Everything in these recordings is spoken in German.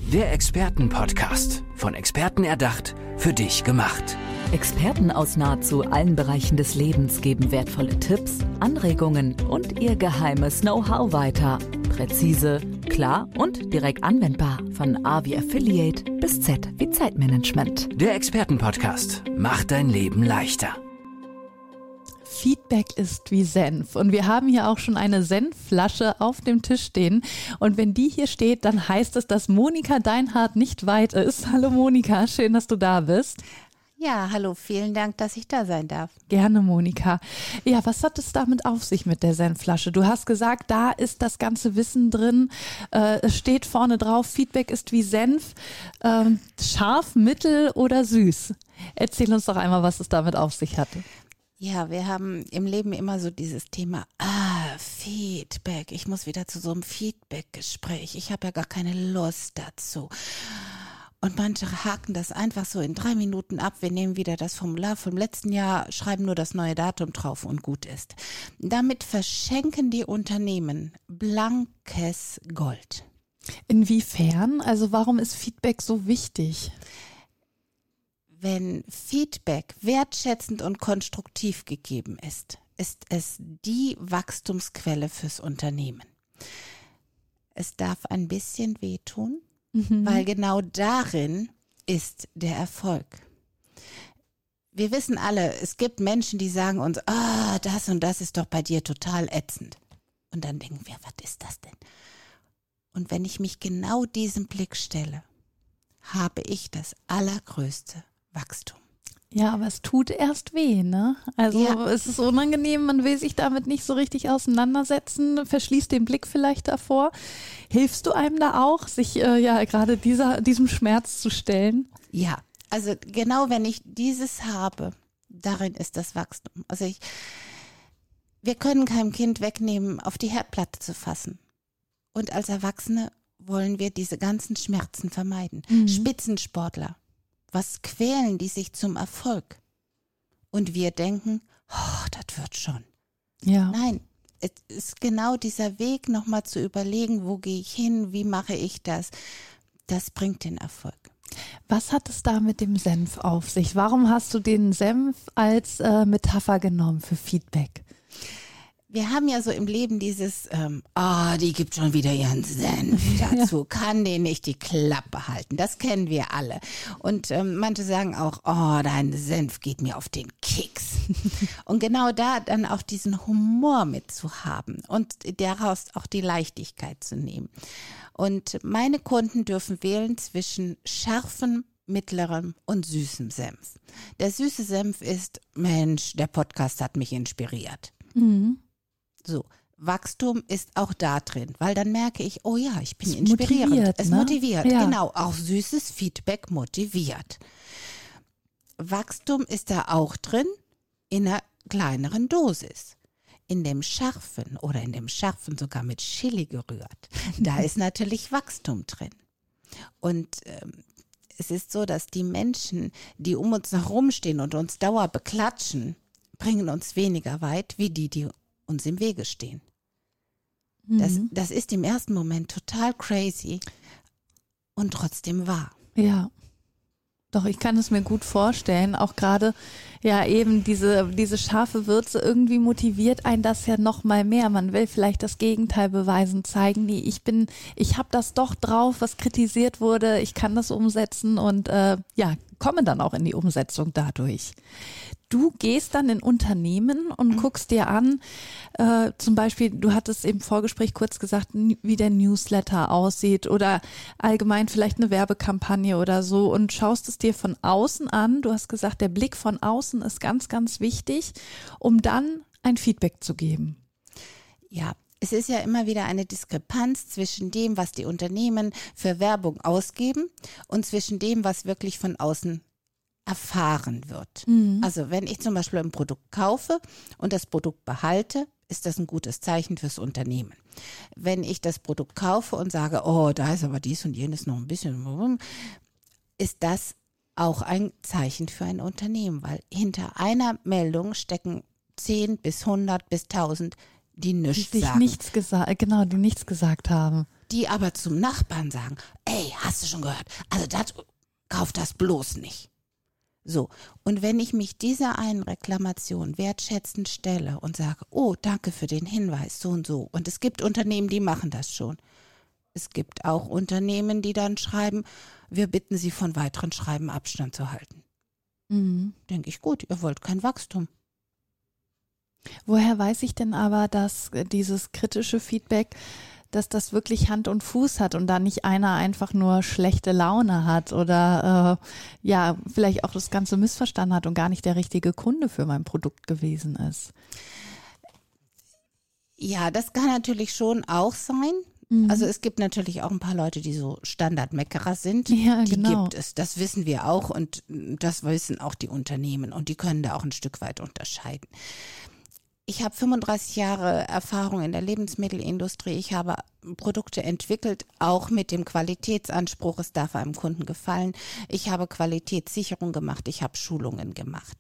Der Expertenpodcast. Von Experten erdacht, für dich gemacht. Experten aus nahezu allen Bereichen des Lebens geben wertvolle Tipps, Anregungen und ihr geheimes Know-how weiter. Präzise, klar und direkt anwendbar. Von A wie Affiliate bis Z wie Zeitmanagement. Der Expertenpodcast macht dein Leben leichter. Feedback ist wie Senf und wir haben hier auch schon eine Senfflasche auf dem Tisch stehen und wenn die hier steht, dann heißt es, dass Monika Deinhardt nicht weit ist. Hallo Monika, schön, dass du da bist. Ja, hallo, vielen Dank, dass ich da sein darf. Gerne, Monika. Ja, was hat es damit auf sich mit der Senfflasche? Du hast gesagt, da ist das ganze Wissen drin. Es steht vorne drauf, Feedback ist wie Senf. Scharf, mittel oder süß? Erzähl uns doch einmal, was es damit auf sich hatte. Ja, wir haben im Leben immer so dieses Thema, Feedback. Ich muss wieder zu so einem Feedback-Gespräch. Ich habe ja gar keine Lust dazu. Und manche haken das einfach so in 3 Minuten ab. Wir nehmen wieder das Formular vom letzten Jahr, schreiben nur das neue Datum drauf und gut ist. Damit verschenken die Unternehmen blankes Gold. Inwiefern? Also warum ist Feedback so wichtig? Wenn Feedback wertschätzend und konstruktiv gegeben ist, ist es die Wachstumsquelle fürs Unternehmen. Es darf ein bisschen wehtun, weil genau darin ist der Erfolg. Wir wissen alle, es gibt Menschen, die sagen uns, das und das ist doch bei dir total ätzend. Und dann denken wir, was ist das denn? Und wenn ich mich genau diesem Blick stelle, habe ich das allergrößte Wachstum. Ja, aber es tut erst weh, ne? Also ja. Es ist unangenehm, man will sich damit nicht so richtig auseinandersetzen, verschließt den Blick vielleicht davor. Hilfst du einem da auch, sich gerade diesem Schmerz zu stellen? Ja, also genau wenn ich dieses habe, darin ist das Wachstum. Also wir können keinem Kind wegnehmen, auf die Herdplatte zu fassen. Und als Erwachsene wollen wir diese ganzen Schmerzen vermeiden. Spitzensportler. Was quälen die sich zum Erfolg? Und wir denken, das wird schon. Ja. Nein, es ist genau dieser Weg, nochmal zu überlegen, wo gehe ich hin, wie mache ich das? Das bringt den Erfolg. Was hat es da mit dem Senf auf sich? Warum hast du den Senf als Metapher genommen für Feedback? Wir haben ja so im Leben dieses, die gibt schon wieder ihren Senf dazu, kann den nicht die Klappe halten. Das kennen wir alle. Und manche sagen auch, dein Senf geht mir auf den Keks. Und genau da dann auch diesen Humor mitzuhaben und daraus auch die Leichtigkeit zu nehmen. Und meine Kunden dürfen wählen zwischen scharfem, mittlerem und süßem Senf. Der süße Senf ist, Mensch, der Podcast hat mich inspiriert. So, Wachstum ist auch da drin, weil dann merke ich, ich bin inspirierend. Es motiviert, ja. Genau, auch süßes Feedback motiviert. Wachstum ist da auch drin, in einer kleineren Dosis. In dem Scharfen oder in dem Scharfen sogar mit Chili gerührt, da ist natürlich Wachstum drin. Und es ist so, dass die Menschen, die um uns herumstehen und uns dauernd beklatschen, bringen uns weniger weit, wie die uns im Wege stehen. Das ist im ersten Moment total crazy und trotzdem wahr. Ja, doch, ich kann es mir gut vorstellen, auch gerade eben diese scharfe Würze irgendwie motiviert einen das ja noch mal mehr. Man will vielleicht das Gegenteil beweisen, zeigen, nee, ich habe das doch drauf, was kritisiert wurde, ich kann das umsetzen und komme dann auch in die Umsetzung dadurch. Du gehst dann in Unternehmen und guckst dir an, zum Beispiel, du hattest im Vorgespräch kurz gesagt, wie der Newsletter aussieht oder allgemein vielleicht eine Werbekampagne oder so und schaust es dir von außen an. Du hast gesagt, der Blick von außen ist ganz, ganz wichtig, um dann ein Feedback zu geben. Ja, es ist ja immer wieder eine Diskrepanz zwischen dem, was die Unternehmen für Werbung ausgeben und zwischen dem, was wirklich von außen erfahren wird. Also wenn ich zum Beispiel ein Produkt kaufe und das Produkt behalte, ist das ein gutes Zeichen fürs Unternehmen. Wenn ich das Produkt kaufe und sage, da ist aber dies und jenes noch ein bisschen, ist das auch ein Zeichen für ein Unternehmen, weil hinter einer Meldung stecken 10 bis 100 bis 1000, die nichts sagen. Die nichts gesagt haben. die aber zum Nachbarn sagen, ey, hast du schon gehört? Also kauf das bloß nicht. So, und wenn ich mich dieser einen Reklamation wertschätzend stelle und sage, oh, danke für den Hinweis, so und so. Und es gibt Unternehmen, die machen das schon. Es gibt auch Unternehmen, die dann schreiben, wir bitten Sie von weiteren Schreiben Abstand zu halten. Denke ich, gut, ihr wollt kein Wachstum. Woher weiß ich denn aber, dass dieses kritische Feedback, dass das wirklich Hand und Fuß hat und da nicht einer einfach nur schlechte Laune hat oder vielleicht auch das Ganze missverstanden hat und gar nicht der richtige Kunde für mein Produkt gewesen ist? Ja, das kann natürlich schon auch sein. Also es gibt natürlich auch ein paar Leute, die so Standardmeckerer sind. Ja, die genau. gibt es, das wissen wir auch und das wissen auch die Unternehmen und die können da auch ein Stück weit unterscheiden. Ich habe 35 Jahre Erfahrung in der Lebensmittelindustrie. Ich habe Produkte entwickelt, auch mit dem Qualitätsanspruch, es darf einem Kunden gefallen. Ich habe Qualitätssicherung gemacht, ich habe Schulungen gemacht.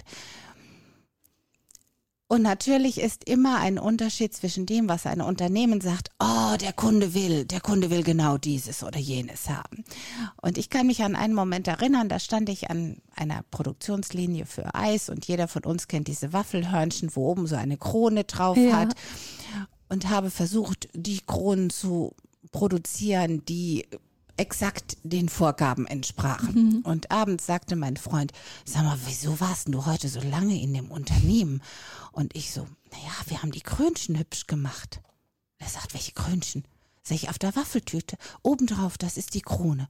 Und natürlich ist immer ein Unterschied zwischen dem, was ein Unternehmen sagt, oh, der Kunde will genau dieses oder jenes haben. Und ich kann mich an einen Moment erinnern, da stand ich an einer Produktionslinie für Eis und jeder von uns kennt diese Waffelhörnchen, wo oben so eine Krone drauf hat und habe versucht, die Kronen zu produzieren, die exakt den Vorgaben entsprachen. Und abends sagte mein Freund, sag mal, wieso warst du heute so lange in dem Unternehmen? Und ich so, naja, wir haben die Krönchen hübsch gemacht. Er sagt, welche Krönchen? Sag ich, auf der Waffeltüte, obendrauf, das ist die Krone.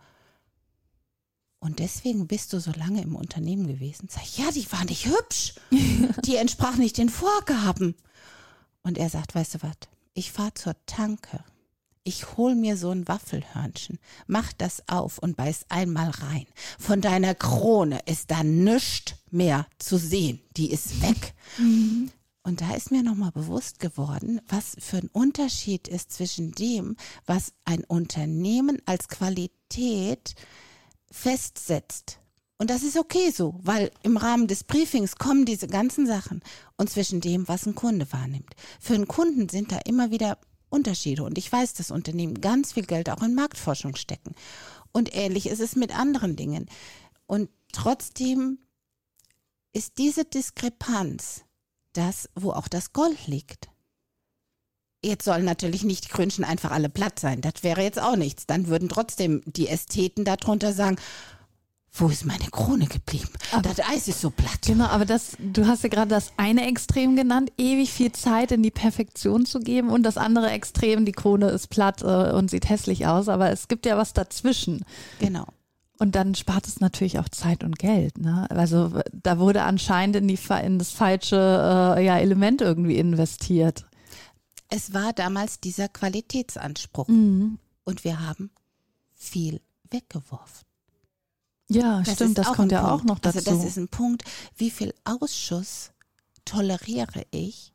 Und deswegen bist du so lange im Unternehmen gewesen? Sag ich, ja, die war nicht hübsch. Die entsprach nicht den Vorgaben. Und er sagt, weißt du was, ich fahre zur Tanke. Ich hol mir so ein Waffelhörnchen, mach das auf und beiß einmal rein. Von deiner Krone ist da nichts mehr zu sehen. Die ist weg. Und da ist mir nochmal bewusst geworden, was für ein Unterschied ist zwischen dem, was ein Unternehmen als Qualität festsetzt. Und das ist okay so, weil im Rahmen des Briefings kommen diese ganzen Sachen. Und zwischen dem, was ein Kunde wahrnimmt. Für einen Kunden sind da immer wieder Unterschiede. Und ich weiß, dass Unternehmen ganz viel Geld auch in Marktforschung stecken. Und ähnlich ist es mit anderen Dingen. Und trotzdem ist diese Diskrepanz das, wo auch das Gold liegt. Jetzt sollen natürlich nicht die Krönchen einfach alle platt sein. Das wäre jetzt auch nichts. Dann würden trotzdem die Ästheten darunter sagen, wo ist meine Krone geblieben? Das Eis ist so platt. Genau, aber du hast ja gerade das eine Extrem genannt, ewig viel Zeit in die Perfektion zu geben und das andere Extrem, die Krone ist platt und sieht hässlich aus, aber es gibt ja was dazwischen. Genau. Und dann spart es natürlich auch Zeit und Geld, ne? Also da wurde anscheinend in das falsche Element irgendwie investiert. Es war damals dieser Qualitätsanspruch und wir haben viel weggeworfen. Ja, Das stimmt, ist das kommt ja ein auch noch dazu. Also das ist ein Punkt, wie viel Ausschuss toleriere ich,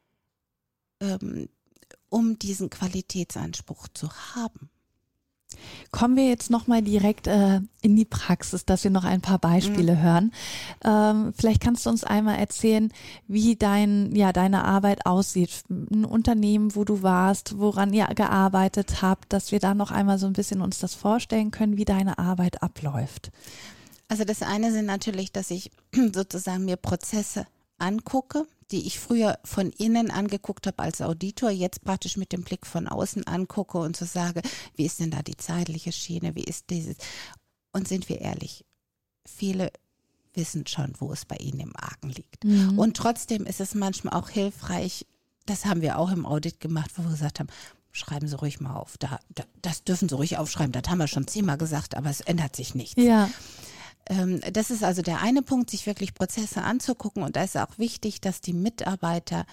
um diesen Qualitätsanspruch zu haben. Kommen wir jetzt nochmal direkt in die Praxis, dass wir noch ein paar Beispiele hören. Vielleicht kannst du uns einmal erzählen, wie deine Arbeit aussieht. Ein Unternehmen, wo du warst, woran ihr gearbeitet habt, dass wir da noch einmal so ein bisschen uns das vorstellen können, wie deine Arbeit abläuft. Also das eine sind natürlich, dass ich sozusagen mir Prozesse angucke, die ich früher von innen angeguckt habe als Auditor, jetzt praktisch mit dem Blick von außen angucke und so sage, wie ist denn da die zeitliche Schiene, wie ist dieses? Und sind wir ehrlich, viele wissen schon, wo es bei ihnen im Argen liegt. Und trotzdem ist es manchmal auch hilfreich, das haben wir auch im Audit gemacht, wo wir gesagt haben, schreiben Sie ruhig mal auf, das dürfen Sie ruhig aufschreiben, das haben wir schon 10-mal gesagt, aber es ändert sich nichts. Ja. Das ist also der eine Punkt, sich wirklich Prozesse anzugucken und da ist auch wichtig, dass die Mitarbeiter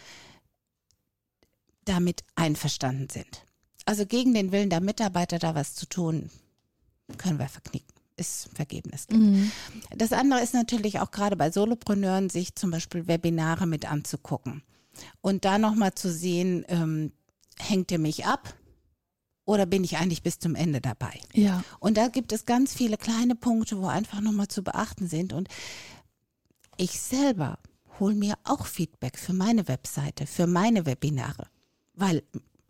damit einverstanden sind. Also gegen den Willen der Mitarbeiter da was zu tun, können wir verknicken. Ist vergebenes Geld. Das andere ist natürlich auch gerade bei Solopreneuren, sich zum Beispiel Webinare mit anzugucken und da nochmal zu sehen, hängt ihr mich ab? Oder bin ich eigentlich bis zum Ende dabei? Ja. Und da gibt es ganz viele kleine Punkte, wo einfach nochmal zu beachten sind. Und ich selber hole mir auch Feedback für meine Webseite, für meine Webinare. Weil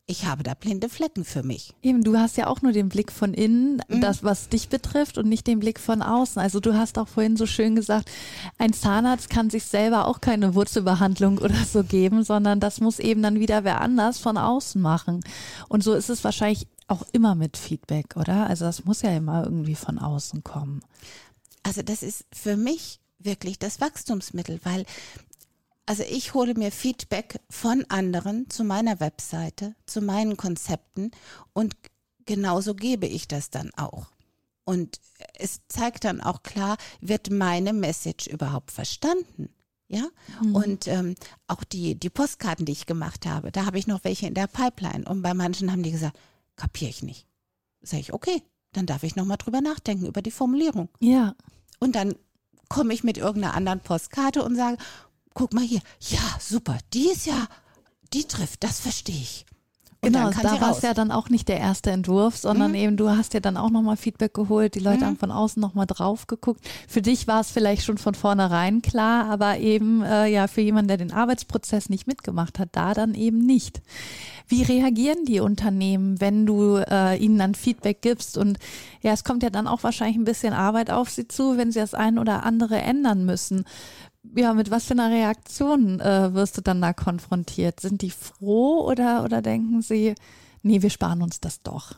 ich habe da blinde Flecken für mich. Eben, du hast ja auch nur den Blick von innen, das, was dich betrifft und nicht den Blick von außen. Also du hast auch vorhin so schön gesagt, ein Zahnarzt kann sich selber auch keine Wurzelbehandlung oder so geben, sondern das muss eben dann wieder wer anders von außen machen. Und so ist es wahrscheinlich auch immer mit Feedback, oder? Also das muss ja immer irgendwie von außen kommen. Also das ist für mich wirklich das Wachstumsmittel, weil also ich hole mir Feedback von anderen zu meiner Webseite, zu meinen Konzepten und genauso gebe ich das dann auch. Und es zeigt dann auch klar, wird meine Message überhaupt verstanden? Ja, und auch die Postkarten, die ich gemacht habe, da habe ich noch welche in der Pipeline und bei manchen haben die gesagt, kapiere ich nicht. Sag ich, okay, dann darf ich nochmal drüber nachdenken, über die Formulierung. Ja. Und dann komme ich mit irgendeiner anderen Postkarte und sage, guck mal hier, ja, super, die trifft, das verstehe ich. Und genau, dann da war es ja dann auch nicht der erste Entwurf, sondern eben du hast ja dann auch nochmal Feedback geholt, die Leute haben von außen nochmal drauf geguckt. Für dich war es vielleicht schon von vornherein klar, aber eben für jemanden, der den Arbeitsprozess nicht mitgemacht hat, da dann eben nicht. Wie reagieren die Unternehmen, wenn du ihnen dann Feedback gibst? Und ja, es kommt ja dann auch wahrscheinlich ein bisschen Arbeit auf sie zu, wenn sie das ein oder andere ändern müssen. Ja, mit was für einer Reaktion wirst du dann da konfrontiert? Sind die froh oder denken sie, nee, wir sparen uns das doch?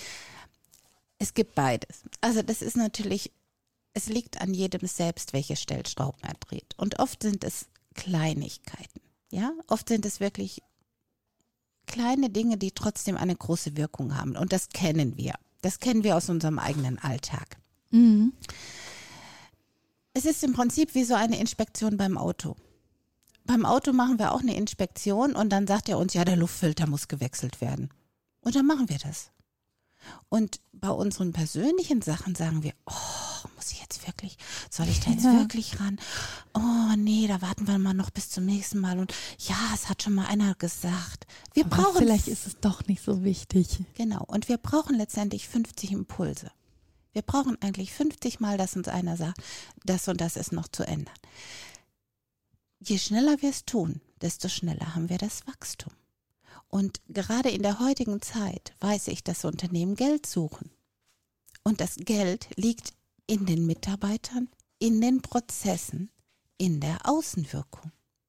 Es gibt beides. Also das ist natürlich, es liegt an jedem selbst, welche Stellschrauben er dreht. Und oft sind es Kleinigkeiten. Ja, oft sind es wirklich kleine Dinge, die trotzdem eine große Wirkung haben. Und das kennen wir. Das kennen wir aus unserem eigenen Alltag. Mhm. Es ist im Prinzip wie so eine Inspektion beim Auto. Beim Auto machen wir auch eine Inspektion und dann sagt er uns, ja, der Luftfilter muss gewechselt werden. Und dann machen wir das. Und bei unseren persönlichen Sachen sagen wir, oh, muss ich jetzt wirklich, soll ich da jetzt wirklich ran? Oh nee, da warten wir mal noch bis zum nächsten Mal. Und ja, es hat schon mal einer gesagt. Aber vielleicht ist es doch nicht so wichtig. Genau, und wir brauchen letztendlich 50 Impulse. Wir brauchen eigentlich 50 Mal, dass uns einer sagt, das und das ist noch zu ändern. Je schneller wir es tun, desto schneller haben wir das Wachstum. Und gerade in der heutigen Zeit weiß ich, dass Unternehmen Geld suchen. Und das Geld liegt in den Mitarbeitern, in den Prozessen, in der Außenwirkung.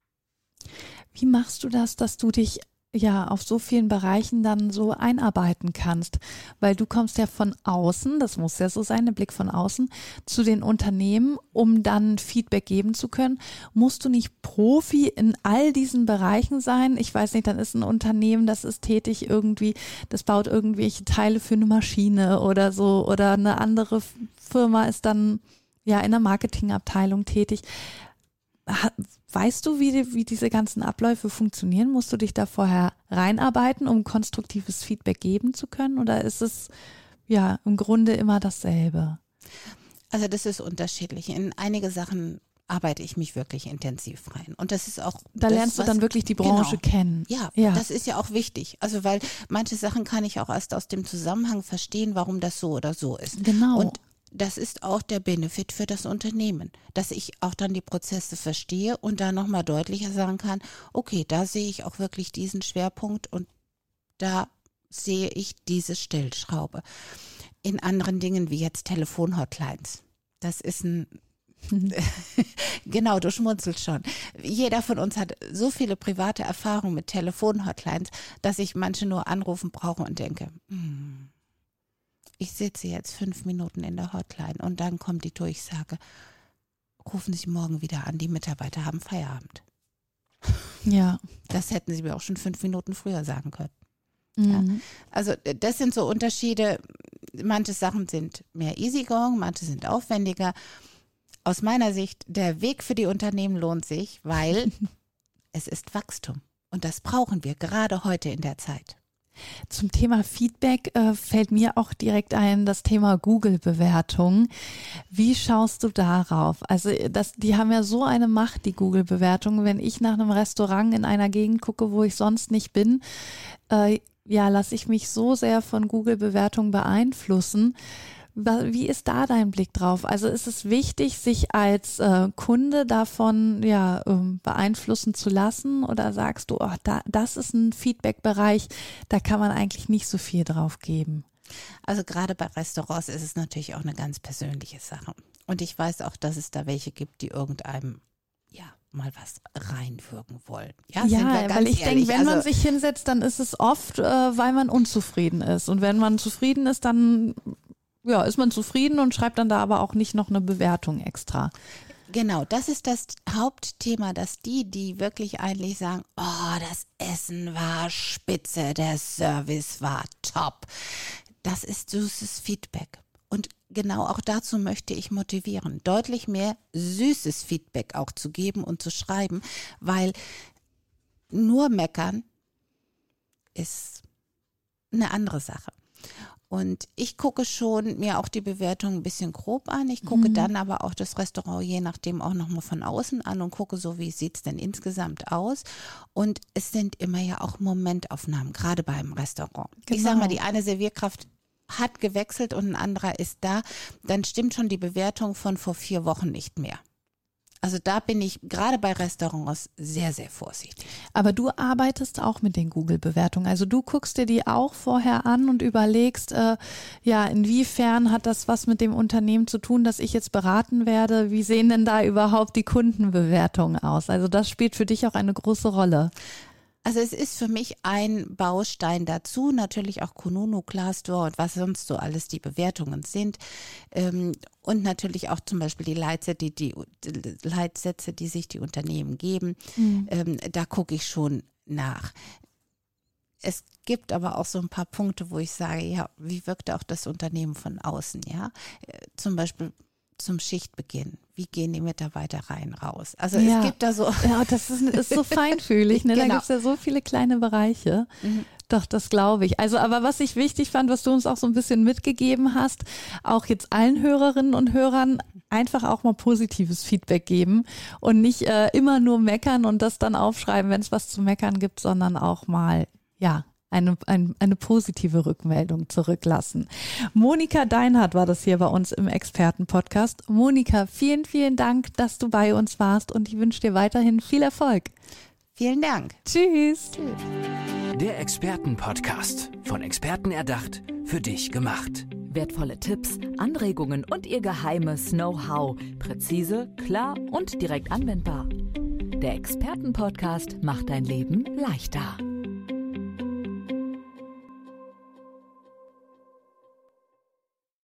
Wie machst du das, dass du dich ja auf so vielen Bereichen dann so einarbeiten kannst? Weil du kommst ja von außen, das muss ja so sein, der Blick von außen, zu den Unternehmen, um dann Feedback geben zu können. Musst du nicht Profi in all diesen Bereichen sein? Ich weiß nicht, dann ist ein Unternehmen, das ist tätig irgendwie, das baut irgendwelche Teile für eine Maschine oder so, oder eine andere Firma ist dann ja in der Marketingabteilung tätig. Weißt du, wie diese ganzen Abläufe funktionieren? Musst du dich da vorher reinarbeiten, um konstruktives Feedback geben zu können? Oder ist es ja im Grunde immer dasselbe? Also das ist unterschiedlich. In einige Sachen arbeite ich mich wirklich intensiv rein. Und das ist auch. Da lernst du dann wirklich die Branche kennen. Ja, das ist ja auch wichtig. Also weil manche Sachen kann ich auch erst aus dem Zusammenhang verstehen, warum das so oder so ist. Genau. Und das ist auch der Benefit für das Unternehmen, dass ich auch dann die Prozesse verstehe und da nochmal deutlicher sagen kann, okay, da sehe ich auch wirklich diesen Schwerpunkt und da sehe ich diese Stellschraube. In anderen Dingen wie jetzt Telefonhotlines, das ist genau, du schmunzelst schon. Jeder von uns hat so viele private Erfahrungen mit Telefonhotlines, dass ich manche nur anrufen brauche und denke, ich sitze jetzt 5 Minuten in der Hotline und dann kommt die Durchsage, rufen Sie morgen wieder an, die Mitarbeiter haben Feierabend. Ja. Das hätten Sie mir auch schon 5 Minuten früher sagen können. Mhm. Ja. Also das sind so Unterschiede. Manche Sachen sind mehr easygoing, manche sind aufwendiger. Aus meiner Sicht, der Weg für die Unternehmen lohnt sich, weil es ist Wachstum. Und das brauchen wir gerade heute in der Zeit. Zum Thema Feedback fällt mir auch direkt ein, das Thema Google-Bewertung. Wie schaust du darauf? Also die haben ja so eine Macht, die Google-Bewertungen. Wenn ich nach einem Restaurant in einer Gegend gucke, wo ich sonst nicht bin, lasse ich mich so sehr von Google-Bewertungen beeinflussen. Wie ist da dein Blick drauf? Also ist es wichtig, sich als Kunde davon beeinflussen zu lassen, oder sagst du, das ist ein Feedback-Bereich, da kann man eigentlich nicht so viel drauf geben? Also gerade bei Restaurants ist es natürlich auch eine ganz persönliche Sache. Und ich weiß auch, dass es da welche gibt, die irgendeinem mal was reinwirken wollen. Ja, weil ich denke, wenn man sich hinsetzt, dann ist es oft, weil man unzufrieden ist. Und wenn man zufrieden ist, dann ist man zufrieden und schreibt dann da aber auch nicht noch eine Bewertung extra. Genau, das ist das Hauptthema, dass die wirklich eigentlich sagen, das Essen war spitze, der Service war top. Das ist süßes Feedback. Und genau auch dazu möchte ich motivieren, deutlich mehr süßes Feedback auch zu geben und zu schreiben, weil nur meckern ist eine andere Sache. Und ich gucke schon mir auch die Bewertung ein bisschen grob an. Ich gucke dann aber auch das Restaurant je nachdem auch nochmal von außen an und gucke so, wie sieht es denn insgesamt aus. Und es sind immer ja auch Momentaufnahmen, gerade beim Restaurant. Genau. Ich sage mal, die eine Servierkraft hat gewechselt und ein anderer ist da, dann stimmt schon die Bewertung von vor 4 Wochen nicht mehr. Also da bin ich gerade bei Restaurants sehr, sehr vorsichtig. Aber du arbeitest auch mit den Google-Bewertungen. Also du guckst dir die auch vorher an und überlegst, inwiefern hat das was mit dem Unternehmen zu tun, das ich jetzt beraten werde? Wie sehen denn da überhaupt die Kundenbewertungen aus? Also das spielt für dich auch eine große Rolle. Also es ist für mich ein Baustein dazu, natürlich auch Kununu, Glassdoor und was sonst so alles die Bewertungen sind. Und natürlich auch zum Beispiel die Leitsätze, die sich die Unternehmen geben. Da gucke ich schon nach. Es gibt aber auch so ein paar Punkte, wo ich sage, wie wirkt auch das Unternehmen von außen, ja? Zum Beispiel zum Schichtbeginn. Wie gehen die Mitarbeiter raus? Also es gibt da so... Ja, das ist so feinfühlig. Ne? Genau. Da gibt es ja so viele kleine Bereiche. Doch, das glaube ich. Also, aber was ich wichtig fand, was du uns auch so ein bisschen mitgegeben hast, auch jetzt allen Hörerinnen und Hörern einfach auch mal positives Feedback geben und nicht immer nur meckern und das dann aufschreiben, wenn es was zu meckern gibt, sondern auch mal, eine positive Rückmeldung zurücklassen. Monika Deinhardt war das hier bei uns im Experten-Podcast. Monika, vielen, vielen Dank, dass du bei uns warst und ich wünsche dir weiterhin viel Erfolg. Vielen Dank. Tschüss. Der Experten-Podcast. Von Experten erdacht, für dich gemacht. Wertvolle Tipps, Anregungen und ihr geheimes Know-how. Präzise, klar und direkt anwendbar. Der Experten-Podcast macht dein Leben leichter.